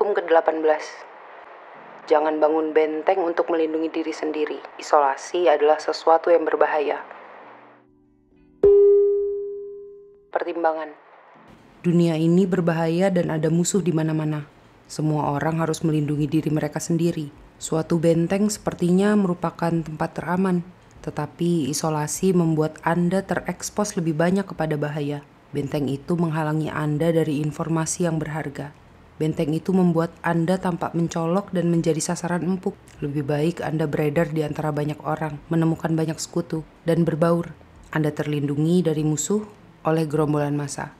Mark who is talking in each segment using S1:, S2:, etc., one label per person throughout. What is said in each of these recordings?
S1: Jam ke-18. Jangan bangun benteng untuk melindungi diri sendiri. Isolasi adalah sesuatu yang berbahaya. Pertimbangan. Dunia ini berbahaya dan ada musuh di mana-mana. Semua orang harus melindungi diri mereka sendiri. Suatu benteng sepertinya merupakan tempat teraman, tetapi isolasi membuat Anda terekspos lebih banyak kepada bahaya. Benteng itu menghalangi Anda dari informasi yang berharga. Benteng itu membuat Anda tampak mencolok dan menjadi sasaran empuk. Lebih baik Anda beredar di antara banyak orang, menemukan banyak sekutu, dan berbaur. Anda terlindungi dari musuh oleh gerombolan massa.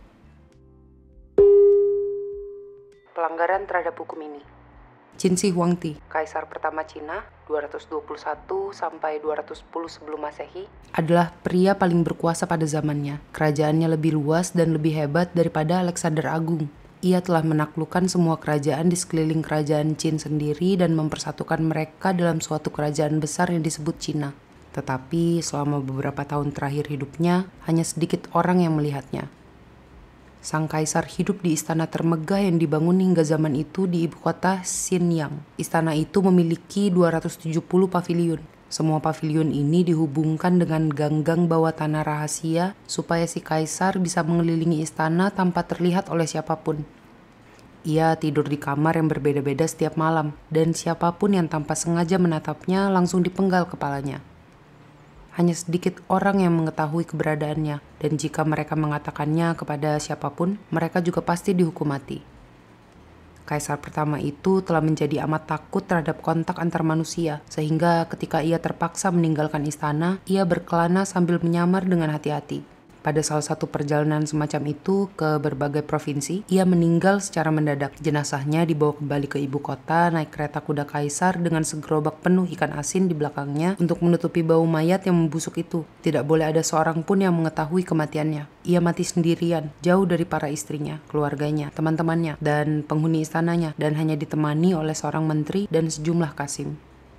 S1: Pelanggaran terhadap hukum ini. Qin Shi Huangdi, Kaisar pertama Cina, 221 sampai 210 sebelum Masehi, adalah pria paling berkuasa pada zamannya. Kerajaannya lebih luas dan lebih hebat daripada Alexander Agung. Ia telah menaklukkan semua kerajaan di sekeliling kerajaan Qin sendiri dan mempersatukan mereka dalam suatu kerajaan besar yang disebut Cina. Tetapi selama beberapa tahun terakhir hidupnya, hanya sedikit orang yang melihatnya. Sang kaisar hidup di istana termegah yang dibangun hingga zaman itu di ibu kota Xinyang. Istana itu memiliki 270 paviliun. Semua paviliun ini dihubungkan dengan gang-gang bawah tanah rahasia supaya si kaisar bisa mengelilingi istana tanpa terlihat oleh siapapun. Ia tidur di kamar yang berbeda-beda setiap malam, dan siapapun yang tanpa sengaja menatapnya langsung dipenggal kepalanya. Hanya sedikit orang yang mengetahui keberadaannya, dan jika mereka mengatakannya kepada siapapun, mereka juga pasti dihukum mati. Kaisar pertama itu telah menjadi amat takut terhadap kontak antar manusia, sehingga ketika ia terpaksa meninggalkan istana, ia berkelana sambil menyamar dengan hati-hati. Pada salah satu perjalanan semacam itu ke berbagai provinsi, ia meninggal secara mendadak. Jenazahnya dibawa kembali ke ibu kota naik kereta kuda kaisar dengan segerobak penuh ikan asin di belakangnya untuk menutupi bau mayat yang membusuk itu. Tidak boleh ada seorang pun yang mengetahui kematiannya. Ia mati sendirian, jauh dari para istrinya, keluarganya, teman-temannya, dan penghuni istananya, dan hanya ditemani oleh seorang menteri dan sejumlah kasim.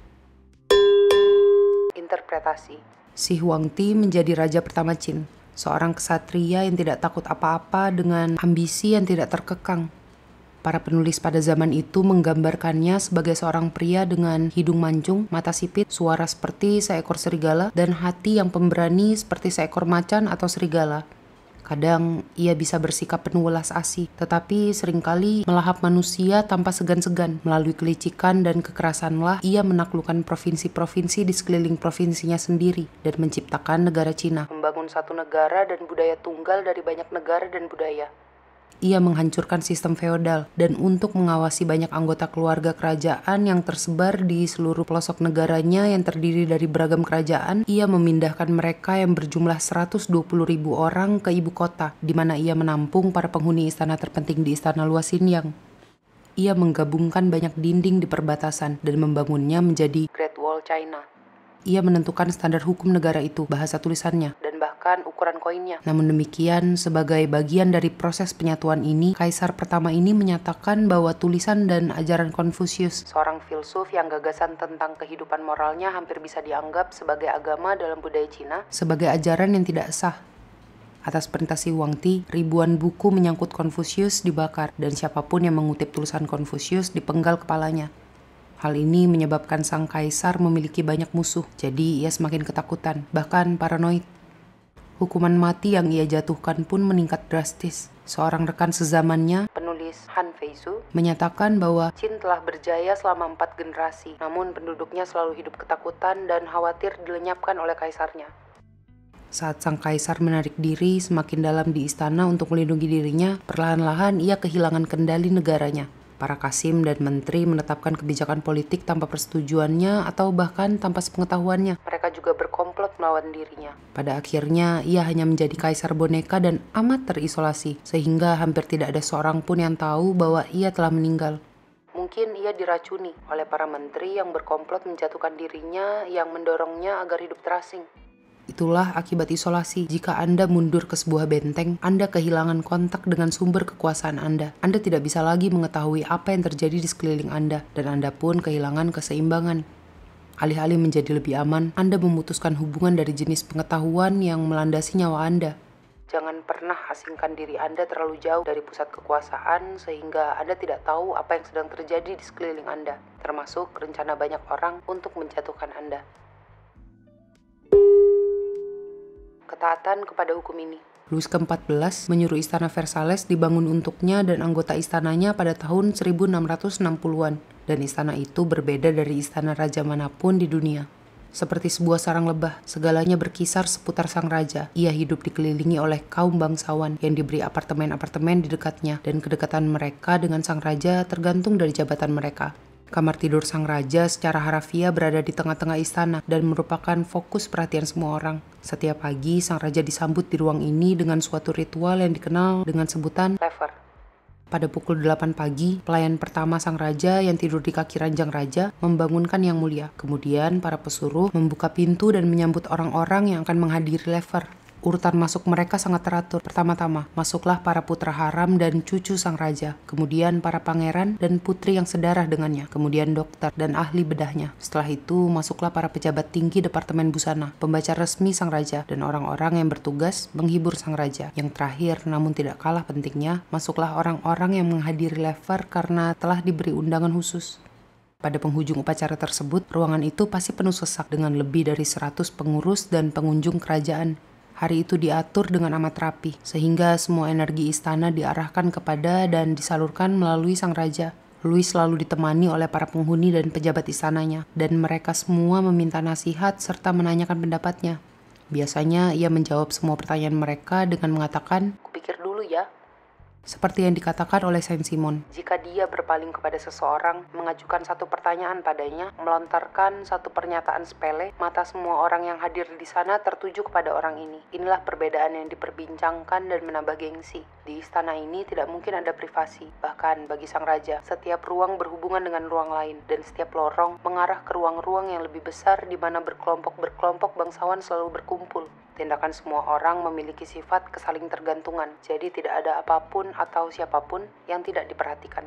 S1: Interpretasi. Shi Huangdi menjadi raja pertama Qin. Seorang ksatria yang tidak takut apa-apa dengan ambisi yang tidak terkekang. Para penulis pada zaman itu menggambarkannya sebagai seorang pria dengan hidung mancung, mata sipit, suara seperti seekor serigala, dan hati yang pemberani seperti seekor macan atau serigala. Kadang ia bisa bersikap penuh welas asih, tetapi seringkali melahap manusia tanpa segan-segan. Melalui kelicikan dan kekerasanlah ia menaklukkan provinsi-provinsi di sekeliling provinsinya sendiri dan menciptakan negara Cina. Membangun satu negara dan budaya tunggal dari banyak negara dan budaya. Ia menghancurkan sistem feodal dan untuk mengawasi banyak anggota keluarga kerajaan yang tersebar di seluruh pelosok negaranya yang terdiri dari beragam kerajaan, ia memindahkan mereka yang berjumlah 120.000 orang ke ibu kota, di mana ia menampung para penghuni istana terpenting di istana luas Xinyang. Ia menggabungkan banyak dinding di perbatasan dan membangunnya menjadi Great Wall China. Ia menentukan standar hukum negara itu, bahasa tulisannya, dan bahkan ukuran koinnya. Namun demikian, sebagai bagian dari proses penyatuan ini, kaisar pertama ini menyatakan bahwa tulisan dan ajaran Konfusius, seorang filsuf yang gagasan tentang kehidupan moralnya hampir bisa dianggap sebagai agama dalam budaya Cina, sebagai ajaran yang tidak sah. Atas perintah Shi Huangdi, ribuan buku menyangkut Konfusius dibakar, dan siapapun yang mengutip tulisan Konfusius dipenggal kepalanya. Hal ini menyebabkan sang kaisar memiliki banyak musuh, jadi ia semakin ketakutan, bahkan paranoid. Hukuman mati yang ia jatuhkan pun meningkat drastis. Seorang rekan sezamannya, penulis Han Feizu, menyatakan bahwa Qin telah berjaya selama 4 generasi, namun penduduknya selalu hidup ketakutan dan khawatir dilenyapkan oleh kaisarnya. Saat sang kaisar menarik diri semakin dalam di istana untuk melindungi dirinya, perlahan-lahan ia kehilangan kendali negaranya. Para kasim dan menteri menetapkan kebijakan politik tanpa persetujuannya atau bahkan tanpa sepengetahuannya. Mereka juga berkomplot melawan dirinya. Pada akhirnya, ia hanya menjadi kaisar boneka dan amat terisolasi, sehingga hampir tidak ada seorang pun yang tahu bahwa ia telah meninggal. Mungkin ia diracuni oleh para menteri yang berkomplot menjatuhkan dirinya yang mendorongnya agar hidup terasing. Itulah akibat isolasi. Jika Anda mundur ke sebuah benteng, Anda kehilangan kontak dengan sumber kekuasaan Anda. Anda tidak bisa lagi mengetahui apa yang terjadi di sekeliling Anda, dan Anda pun kehilangan keseimbangan. Alih-alih menjadi lebih aman, Anda memutuskan hubungan dari jenis pengetahuan yang melandasi nyawa Anda. Jangan pernah asingkan diri Anda terlalu jauh dari pusat kekuasaan sehingga Anda tidak tahu apa yang sedang terjadi di sekeliling Anda, termasuk rencana banyak orang untuk menjatuhkan Anda. Ketaatan kepada hukum ini. Louis ke-14 menyuruh Istana Versailles dibangun untuknya dan anggota istananya pada tahun 1660-an, dan istana itu berbeda dari istana raja manapun di dunia. Seperti sebuah sarang lebah, segalanya berkisar seputar sang raja. Ia hidup dikelilingi oleh kaum bangsawan yang diberi apartemen-apartemen di dekatnya, dan kedekatan mereka dengan sang raja tergantung dari jabatan mereka. Kamar tidur sang raja secara harafiah berada di tengah-tengah istana dan merupakan fokus perhatian semua orang. Setiap pagi, sang raja disambut di ruang ini dengan suatu ritual yang dikenal dengan sebutan lever. Pada pukul 8 pagi, pelayan pertama sang raja yang tidur di kaki ranjang raja membangunkan yang mulia. Kemudian para pesuruh membuka pintu dan menyambut orang-orang yang akan menghadiri lever. Urutan masuk mereka sangat teratur. Pertama-tama, masuklah para putra haram dan cucu sang raja. Kemudian para pangeran dan putri yang sedarah dengannya. Kemudian dokter dan ahli bedahnya. Setelah itu, masuklah para pejabat tinggi Departemen Busana, pembaca resmi sang raja, dan orang-orang yang bertugas menghibur sang raja. Yang terakhir, namun tidak kalah pentingnya, masuklah orang-orang yang menghadiri lever karena telah diberi undangan khusus. Pada penghujung upacara tersebut, ruangan itu pasti penuh sesak dengan lebih dari 100 pengurus dan pengunjung kerajaan. Hari itu diatur dengan amat rapi, sehingga semua energi istana diarahkan kepada dan disalurkan melalui sang raja. Louis selalu ditemani oleh para penghuni dan pejabat istananya, dan mereka semua meminta nasihat serta menanyakan pendapatnya. Biasanya ia menjawab semua pertanyaan mereka dengan mengatakan, "Kupikir dulu ya." Seperti yang dikatakan oleh Saint-Simon, jika dia berpaling kepada seseorang, mengajukan satu pertanyaan padanya, melontarkan satu pernyataan sepele, mata semua orang yang hadir di sana tertuju kepada orang ini. Inilah perbedaan yang diperbincangkan dan menambah gengsi. Di istana ini tidak mungkin ada privasi. Bahkan bagi sang raja, setiap ruang berhubungan dengan ruang lain, dan setiap lorong mengarah ke ruang-ruang yang lebih besar di mana berkelompok-berkelompok bangsawan selalu berkumpul. Tindakan semua orang memiliki sifat kesaling tergantungan, jadi tidak ada apapun atau siapapun yang tidak diperhatikan.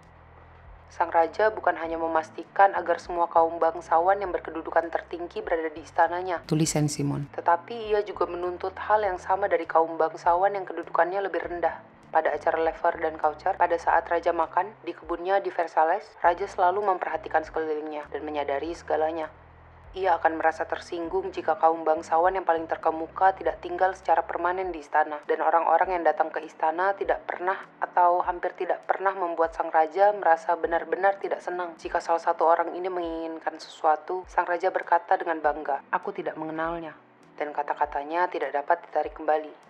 S1: Sang raja bukan hanya memastikan agar semua kaum bangsawan yang berkedudukan tertinggi berada di istananya, tulis Saint-Simon, tetapi ia juga menuntut hal yang sama dari kaum bangsawan yang kedudukannya lebih rendah. Pada acara lever dan kaucar, pada saat raja makan di kebunnya di Versailles, raja selalu memperhatikan sekelilingnya dan menyadari segalanya. Ia akan merasa tersinggung jika kaum bangsawan yang paling terkemuka tidak tinggal secara permanen di istana, dan orang-orang yang datang ke istana tidak pernah atau hampir tidak pernah membuat sang raja merasa benar-benar tidak senang. Jika salah satu orang ini menginginkan sesuatu, sang raja berkata dengan bangga, "Aku tidak mengenalnya," dan kata-katanya tidak dapat ditarik kembali.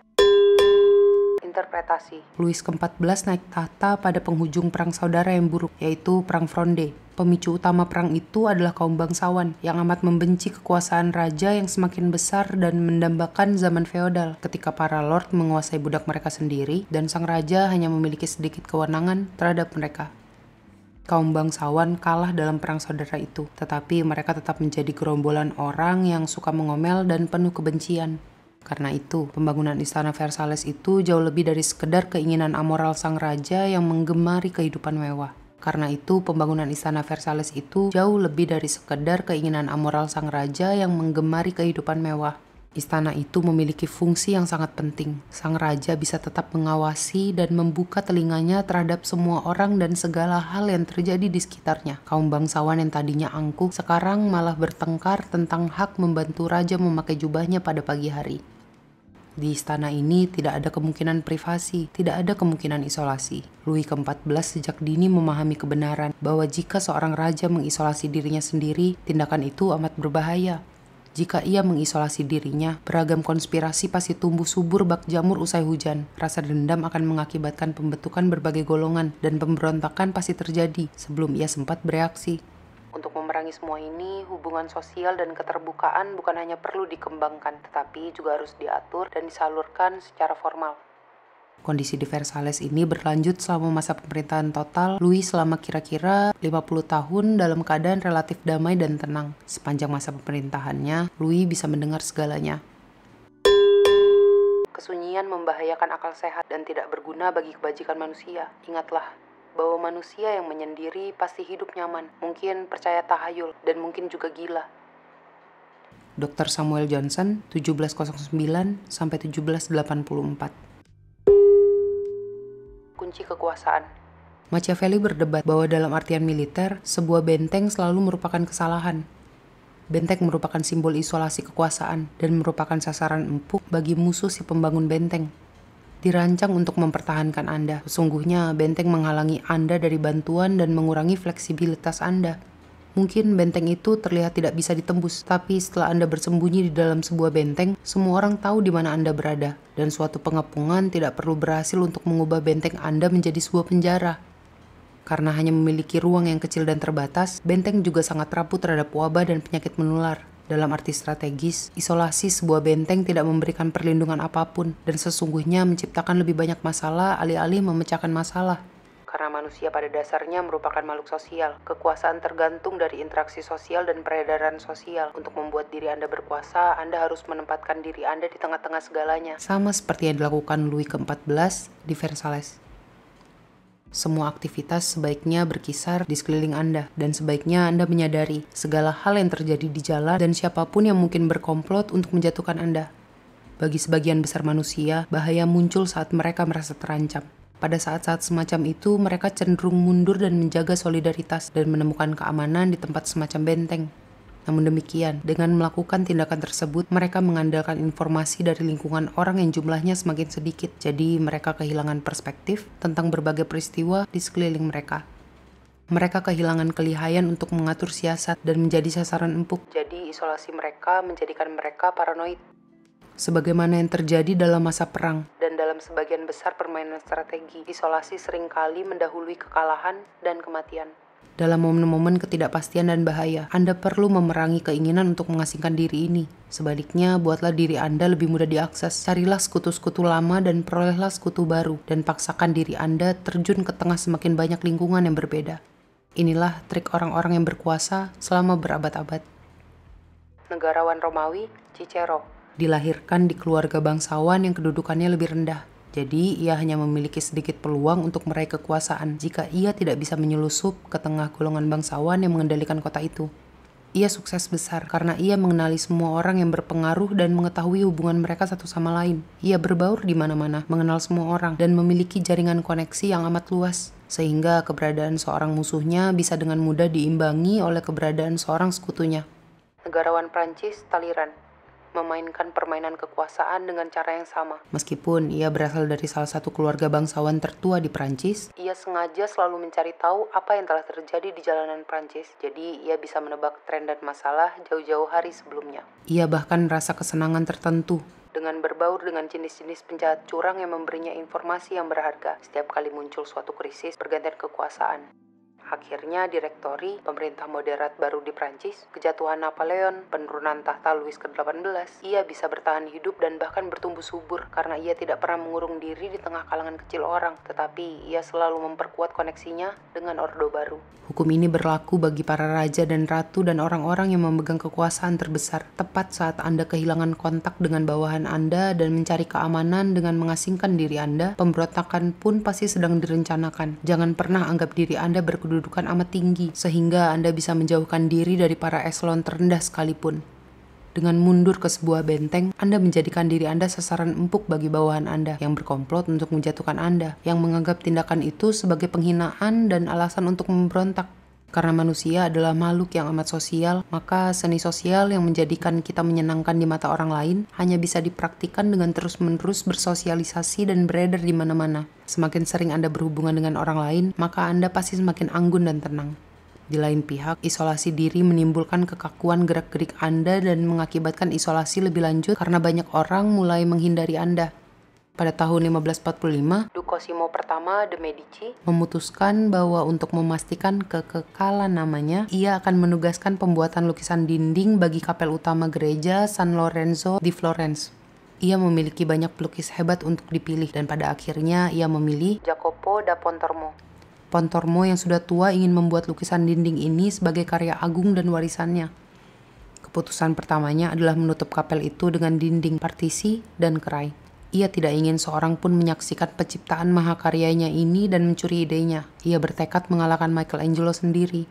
S1: Interpretasi. Louis ke-14 naik tahta pada penghujung perang saudara yang buruk, yaitu Perang Fronde. Pemicu utama perang itu adalah kaum bangsawan yang amat membenci kekuasaan raja yang semakin besar dan mendambakan zaman feodal ketika para lord menguasai budak mereka sendiri dan sang raja hanya memiliki sedikit kewenangan terhadap mereka. Kaum bangsawan kalah dalam perang saudara itu, tetapi mereka tetap menjadi gerombolan orang yang suka mengomel dan penuh kebencian. Karena itu, pembangunan istana Versailles itu jauh lebih dari sekedar keinginan amoral sang raja yang menggemari kehidupan mewah. Karena itu, pembangunan istana Versailles itu jauh lebih dari sekedar keinginan amoral sang raja yang menggemari kehidupan mewah. Istana itu memiliki fungsi yang sangat penting. Sang raja bisa tetap mengawasi dan membuka telinganya terhadap semua orang dan segala hal yang terjadi di sekitarnya. Kaum bangsawan yang tadinya angkuh sekarang malah bertengkar tentang hak membantu raja memakai jubahnya pada pagi hari. Di istana ini tidak ada kemungkinan privasi, tidak ada kemungkinan isolasi. Louis ke-14 sejak dini memahami kebenaran bahwa jika seorang raja mengisolasi dirinya sendiri, tindakan itu amat berbahaya. Jika ia mengisolasi dirinya, beragam konspirasi pasti tumbuh subur bak jamur usai hujan. Rasa dendam akan mengakibatkan pembentukan berbagai golongan dan pemberontakan pasti terjadi sebelum ia sempat bereaksi. Untuk memerangi semua ini, hubungan sosial dan keterbukaan bukan hanya perlu dikembangkan, tetapi juga harus diatur dan disalurkan secara formal. Kondisi di Versailles ini berlanjut selama masa pemerintahan total Louis selama kira-kira 50 tahun dalam keadaan relatif damai dan tenang. Sepanjang masa pemerintahannya, Louis bisa mendengar segalanya. Kesunyian membahayakan akal sehat dan tidak berguna bagi kebajikan manusia. Ingatlah bahwa manusia yang menyendiri pasti hidup nyaman, mungkin percaya tahayul, dan mungkin juga gila. Dr. Samuel Johnson, 1709 sampai 1784. Kunci kekuasaan. Machiavelli berdebat bahwa dalam artian militer, sebuah benteng selalu merupakan kesalahan. Benteng merupakan simbol isolasi kekuasaan dan merupakan sasaran empuk bagi musuh si pembangun benteng. Dirancang untuk mempertahankan Anda. Sesungguhnya benteng menghalangi Anda dari bantuan dan mengurangi fleksibilitas Anda. Mungkin benteng itu terlihat tidak bisa ditembus, tapi setelah Anda bersembunyi di dalam sebuah benteng, semua orang tahu di mana Anda berada, dan suatu pengepungan tidak perlu berhasil untuk mengubah benteng Anda menjadi sebuah penjara. Karena hanya memiliki ruang yang kecil dan terbatas, benteng juga sangat rapuh terhadap wabah dan penyakit menular. Dalam arti strategis, isolasi sebuah benteng tidak memberikan perlindungan apapun, dan sesungguhnya menciptakan lebih banyak masalah alih-alih memecahkan masalah. Karena manusia pada dasarnya merupakan makhluk sosial, kekuasaan tergantung dari interaksi sosial dan peredaran sosial. Untuk membuat diri Anda berkuasa, Anda harus menempatkan diri Anda di tengah-tengah segalanya. Sama seperti yang dilakukan Louis ke-14 di Versailles. Semua aktivitas sebaiknya berkisar di sekeliling Anda, dan sebaiknya Anda menyadari segala hal yang terjadi di jalan dan siapapun yang mungkin berkomplot untuk menjatuhkan Anda. Bagi sebagian besar manusia, bahaya muncul saat mereka merasa terancam. Pada saat-saat semacam itu, mereka cenderung mundur dan menjaga solidaritas dan menemukan keamanan di tempat semacam benteng. Namun demikian, dengan melakukan tindakan tersebut, mereka mengandalkan informasi dari lingkungan orang yang jumlahnya semakin sedikit. Jadi, mereka kehilangan perspektif tentang berbagai peristiwa di sekeliling mereka. Mereka kehilangan kelihayan untuk mengatur siasat dan menjadi sasaran empuk. Jadi, isolasi mereka menjadikan mereka paranoid. Sebagaimana yang terjadi dalam masa perang dan dalam sebagian besar permainan strategi, isolasi seringkali mendahului kekalahan dan kematian. Dalam momen-momen ketidakpastian dan bahaya, Anda perlu memerangi keinginan untuk mengasingkan diri ini. Sebaliknya, buatlah diri Anda lebih mudah diakses. Carilah sekutu-sekutu lama dan perolehlah sekutu baru, dan paksakan diri Anda terjun ke tengah semakin banyak lingkungan yang berbeda. Inilah trik orang-orang yang berkuasa selama berabad-abad. Negarawan Romawi, Cicero, dilahirkan di keluarga bangsawan yang kedudukannya lebih rendah. Jadi, ia hanya memiliki sedikit peluang untuk meraih kekuasaan jika ia tidak bisa menyelusup ke tengah golongan bangsawan yang mengendalikan kota itu. Ia sukses besar karena ia mengenali semua orang yang berpengaruh dan mengetahui hubungan mereka satu sama lain. Ia berbaur di mana-mana, mengenal semua orang, dan memiliki jaringan koneksi yang amat luas. Sehingga keberadaan seorang musuhnya bisa dengan mudah diimbangi oleh keberadaan seorang sekutunya. Negarawan Prancis, Talleyrand, memainkan permainan kekuasaan dengan cara yang sama. Meskipun ia berasal dari salah satu keluarga bangsawan tertua di Prancis, ia sengaja selalu mencari tahu apa yang telah terjadi di jalanan Prancis. Jadi, ia bisa menebak tren dan masalah jauh-jauh hari sebelumnya. Ia bahkan merasa kesenangan tertentu dengan berbaur dengan jenis-jenis penjahat curang yang memberinya informasi yang berharga setiap kali muncul suatu krisis pergantian kekuasaan. Akhirnya direktori pemerintah moderat baru di Prancis, kejatuhan Napoleon, penurunan tahta Louis ke-18, ia bisa bertahan hidup dan bahkan bertumbuh subur karena ia tidak pernah mengurung diri di tengah kalangan kecil orang, tetapi ia selalu memperkuat koneksinya dengan Ordo Baru. Hukum ini berlaku bagi para raja dan ratu dan orang-orang yang memegang kekuasaan terbesar. Tepat saat Anda kehilangan kontak dengan bawahan Anda dan mencari keamanan dengan mengasingkan diri Anda, pemberontakan pun pasti sedang direncanakan. Jangan pernah anggap diri Anda berkedudukan amat tinggi, sehingga Anda bisa menjauhkan diri dari para eselon terendah sekalipun. Dengan mundur ke sebuah benteng, Anda menjadikan diri Anda sasaran empuk bagi bawahan Anda yang berkomplot untuk menjatuhkan Anda, yang menganggap tindakan itu sebagai penghinaan dan alasan untuk memberontak. Karena manusia adalah makhluk yang amat sosial, maka seni sosial yang menjadikan kita menyenangkan di mata orang lain hanya bisa dipraktikkan dengan terus-menerus bersosialisasi dan beredar di mana-mana. Semakin sering Anda berhubungan dengan orang lain, maka Anda pasti semakin anggun dan tenang. Di lain pihak, isolasi diri menimbulkan kekakuan gerak-gerik Anda dan mengakibatkan isolasi lebih lanjut karena banyak orang mulai menghindari Anda. Pada tahun 1545, Duke Cosimo I de Medici memutuskan bahwa untuk memastikan kekekalan namanya, ia akan menugaskan pembuatan lukisan dinding bagi kapel utama gereja San Lorenzo di Florence. Ia memiliki banyak pelukis hebat untuk dipilih dan pada akhirnya ia memilih Jacopo da Pontormo. Pontormo yang sudah tua ingin membuat lukisan dinding ini sebagai karya agung dan warisannya. Keputusan pertamanya adalah menutup kapel itu dengan dinding partisi dan kerai. Ia tidak ingin seorang pun menyaksikan penciptaan mahakaryanya ini dan mencuri idenya. Ia bertekad mengalahkan Michelangelo sendiri.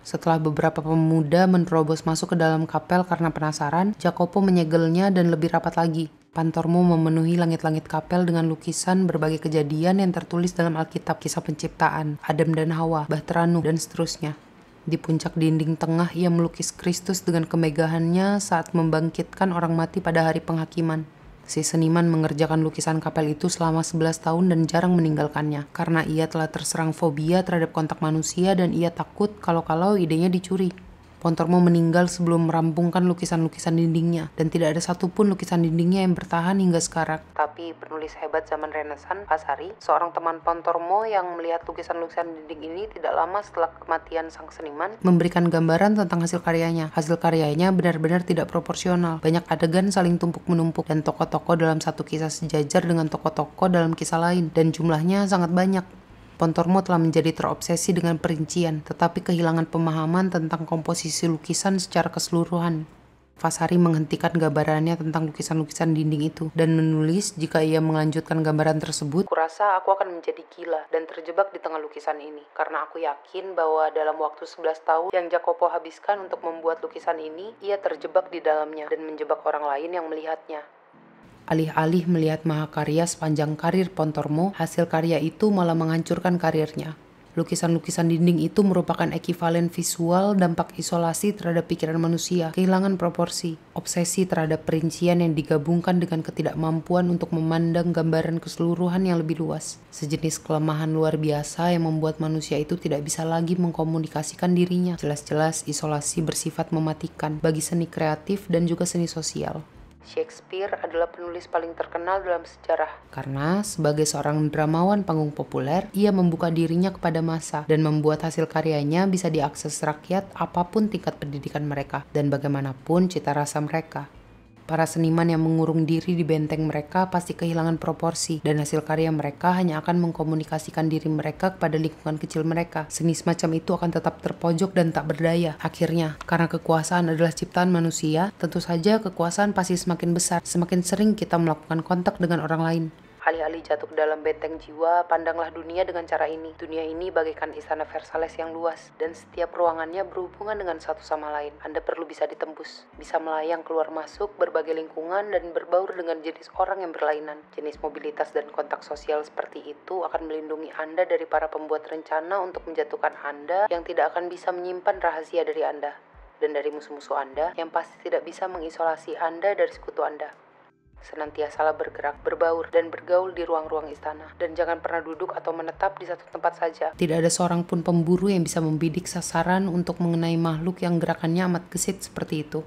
S1: Setelah beberapa pemuda menerobos masuk ke dalam kapel karena penasaran, Jacopo menyegelnya dan lebih rapat lagi. Pantormo memenuhi langit-langit kapel dengan lukisan berbagai kejadian yang tertulis dalam Alkitab, kisah penciptaan, Adam dan Hawa, Bahtera Nuh, dan seterusnya. Di puncak dinding tengah ia melukis Kristus dengan kemegahannya saat membangkitkan orang mati pada hari penghakiman. Si seniman mengerjakan lukisan kapel itu selama 11 tahun dan jarang meninggalkannya, karena ia telah terserang fobia terhadap kontak manusia dan ia takut kalau-kalau idenya dicuri. Pontormo meninggal sebelum merampungkan lukisan-lukisan dindingnya, dan tidak ada satupun lukisan dindingnya yang bertahan hingga sekarang. Tapi penulis hebat zaman Renaissance, Vasari, seorang teman Pontormo yang melihat lukisan-lukisan dinding ini tidak lama setelah kematian sang seniman, memberikan gambaran tentang hasil karyanya. Hasil karyanya benar-benar tidak proporsional. Banyak adegan saling tumpuk-menumpuk, dan tokoh-tokoh dalam satu kisah sejajar dengan tokoh-tokoh dalam kisah lain, dan jumlahnya sangat banyak. Pontormo telah menjadi terobsesi dengan perincian, tetapi kehilangan pemahaman tentang komposisi lukisan secara keseluruhan. Vasari menghentikan gambarannya tentang lukisan-lukisan dinding itu, dan menulis jika ia melanjutkan gambaran tersebut, "Kurasa aku akan menjadi gila dan terjebak di tengah lukisan ini, karena aku yakin bahwa dalam waktu 11 tahun yang Jacopo habiskan untuk membuat lukisan ini, ia terjebak di dalamnya dan menjebak orang lain yang melihatnya." Alih-alih melihat mahakarya sepanjang karir Pontormo, hasil karya itu malah menghancurkan karirnya. Lukisan-lukisan dinding itu merupakan ekivalen visual dampak isolasi terhadap pikiran manusia, kehilangan proporsi, obsesi terhadap perincian yang digabungkan dengan ketidakmampuan untuk memandang gambaran keseluruhan yang lebih luas. Sejenis kelemahan luar biasa yang membuat manusia itu tidak bisa lagi mengkomunikasikan dirinya. Jelas-jelas isolasi bersifat mematikan bagi seni kreatif dan juga seni sosial. Shakespeare adalah penulis paling terkenal dalam sejarah karena sebagai seorang dramawan panggung populer, ia membuka dirinya kepada massa dan membuat hasil karyanya bisa diakses rakyat apapun tingkat pendidikan mereka dan bagaimanapun cita rasa mereka. Para seniman yang mengurung diri di benteng mereka pasti kehilangan proporsi, dan hasil karya mereka hanya akan mengkomunikasikan diri mereka kepada lingkungan kecil mereka. Seni semacam itu akan tetap terpojok dan tak berdaya. Akhirnya, karena kekuasaan adalah ciptaan manusia, tentu saja kekuasaan pasti semakin besar, semakin sering kita melakukan kontak dengan orang lain. Alih-alih jatuh ke dalam benteng jiwa, pandanglah dunia dengan cara ini. Dunia ini bagaikan istana Versailles yang luas, dan setiap ruangannya berhubungan dengan satu sama lain. Anda perlu bisa ditembus, bisa melayang keluar masuk berbagai lingkungan dan berbaur dengan jenis orang yang berlainan. Jenis mobilitas dan kontak sosial seperti itu akan melindungi Anda dari para pembuat rencana untuk menjatuhkan Anda yang tidak akan bisa menyimpan rahasia dari Anda, dan dari musuh-musuh Anda yang pasti tidak bisa mengisolasi Anda dari sekutu Anda. Senantiasalah bergerak, berbaur, dan bergaul di ruang-ruang istana. Dan jangan pernah duduk atau menetap di satu tempat saja. Tidak ada seorang pun pemburu yang bisa membidik sasaran untuk mengenai makhluk yang gerakannya amat gesit seperti itu.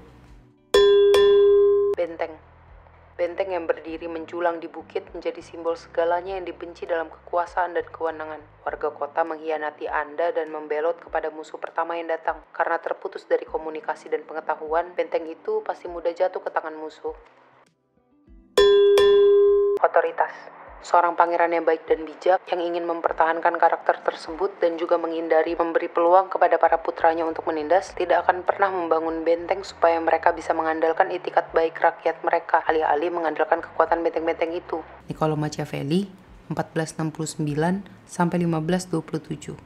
S1: Benteng. Benteng yang berdiri menjulang di bukit menjadi simbol segalanya yang dibenci dalam kekuasaan dan kewenangan. Warga kota mengkhianati Anda dan membelot kepada musuh pertama yang datang. Karena terputus dari komunikasi dan pengetahuan, benteng itu pasti mudah jatuh ke tangan musuh. Otoritas. Seorang pangeran yang baik dan bijak yang ingin mempertahankan karakter tersebut dan juga menghindari memberi peluang kepada para putranya untuk menindas, tidak akan pernah membangun benteng supaya mereka bisa mengandalkan itikat baik rakyat mereka, alih-alih mengandalkan kekuatan benteng-benteng itu. Niccolo Machiavelli, 1469-1527.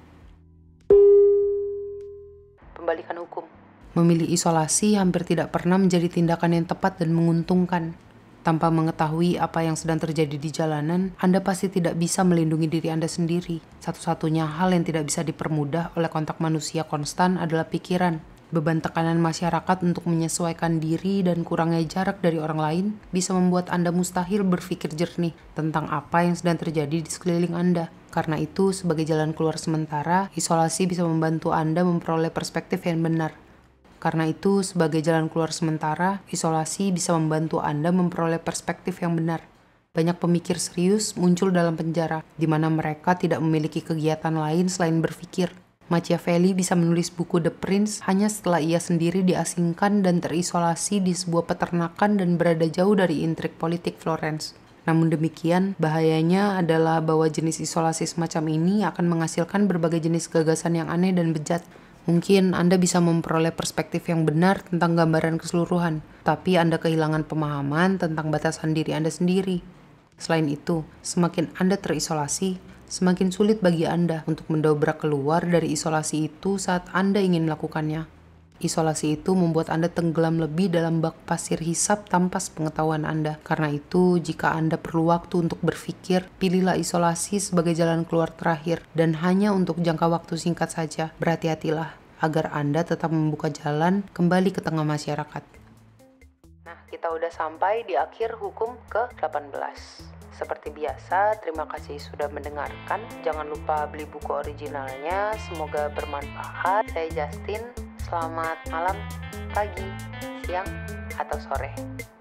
S1: Pembalikan hukum. Memilih isolasi hampir tidak pernah menjadi tindakan yang tepat dan menguntungkan. Tanpa mengetahui apa yang sedang terjadi di jalanan, Anda pasti tidak bisa melindungi diri Anda sendiri. Satu-satunya hal yang tidak bisa dipermudah oleh kontak manusia konstan adalah pikiran. Beban tekanan masyarakat untuk menyesuaikan diri dan kurangnya jarak dari orang lain bisa membuat Anda mustahil berpikir jernih tentang apa yang sedang terjadi di sekeliling Anda. Karena itu, sebagai jalan keluar sementara, isolasi bisa membantu Anda memperoleh perspektif yang benar. Karena itu, sebagai jalan keluar sementara, isolasi bisa membantu Anda memperoleh perspektif yang benar. Banyak pemikir serius muncul dalam penjara, di mana mereka tidak memiliki kegiatan lain selain berpikir. Machiavelli bisa menulis buku The Prince hanya setelah ia sendiri diasingkan dan terisolasi di sebuah peternakan dan berada jauh dari intrik politik Florence. Namun demikian, bahayanya adalah bahwa jenis isolasi semacam ini akan menghasilkan berbagai jenis gagasan yang aneh dan bejat. Mungkin Anda bisa memperoleh perspektif yang benar tentang gambaran keseluruhan, tapi Anda kehilangan pemahaman tentang batasan diri Anda sendiri. Selain itu, semakin Anda terisolasi, semakin sulit bagi Anda untuk mendobrak keluar dari isolasi itu saat Anda ingin melakukannya. Isolasi itu membuat Anda tenggelam lebih dalam bak pasir hisap tanpa sepengetahuan Anda. Karena itu, jika Anda perlu waktu untuk berpikir, pilihlah isolasi sebagai jalan keluar terakhir dan hanya untuk jangka waktu singkat saja. Berhati-hatilah agar Anda tetap membuka jalan kembali ke tengah masyarakat. Nah, kita udah sampai di akhir hukum ke-18. Seperti biasa, terima kasih sudah mendengarkan. Jangan lupa beli buku originalnya. Semoga bermanfaat. Saya Justin. Selamat malam, pagi, siang, atau sore.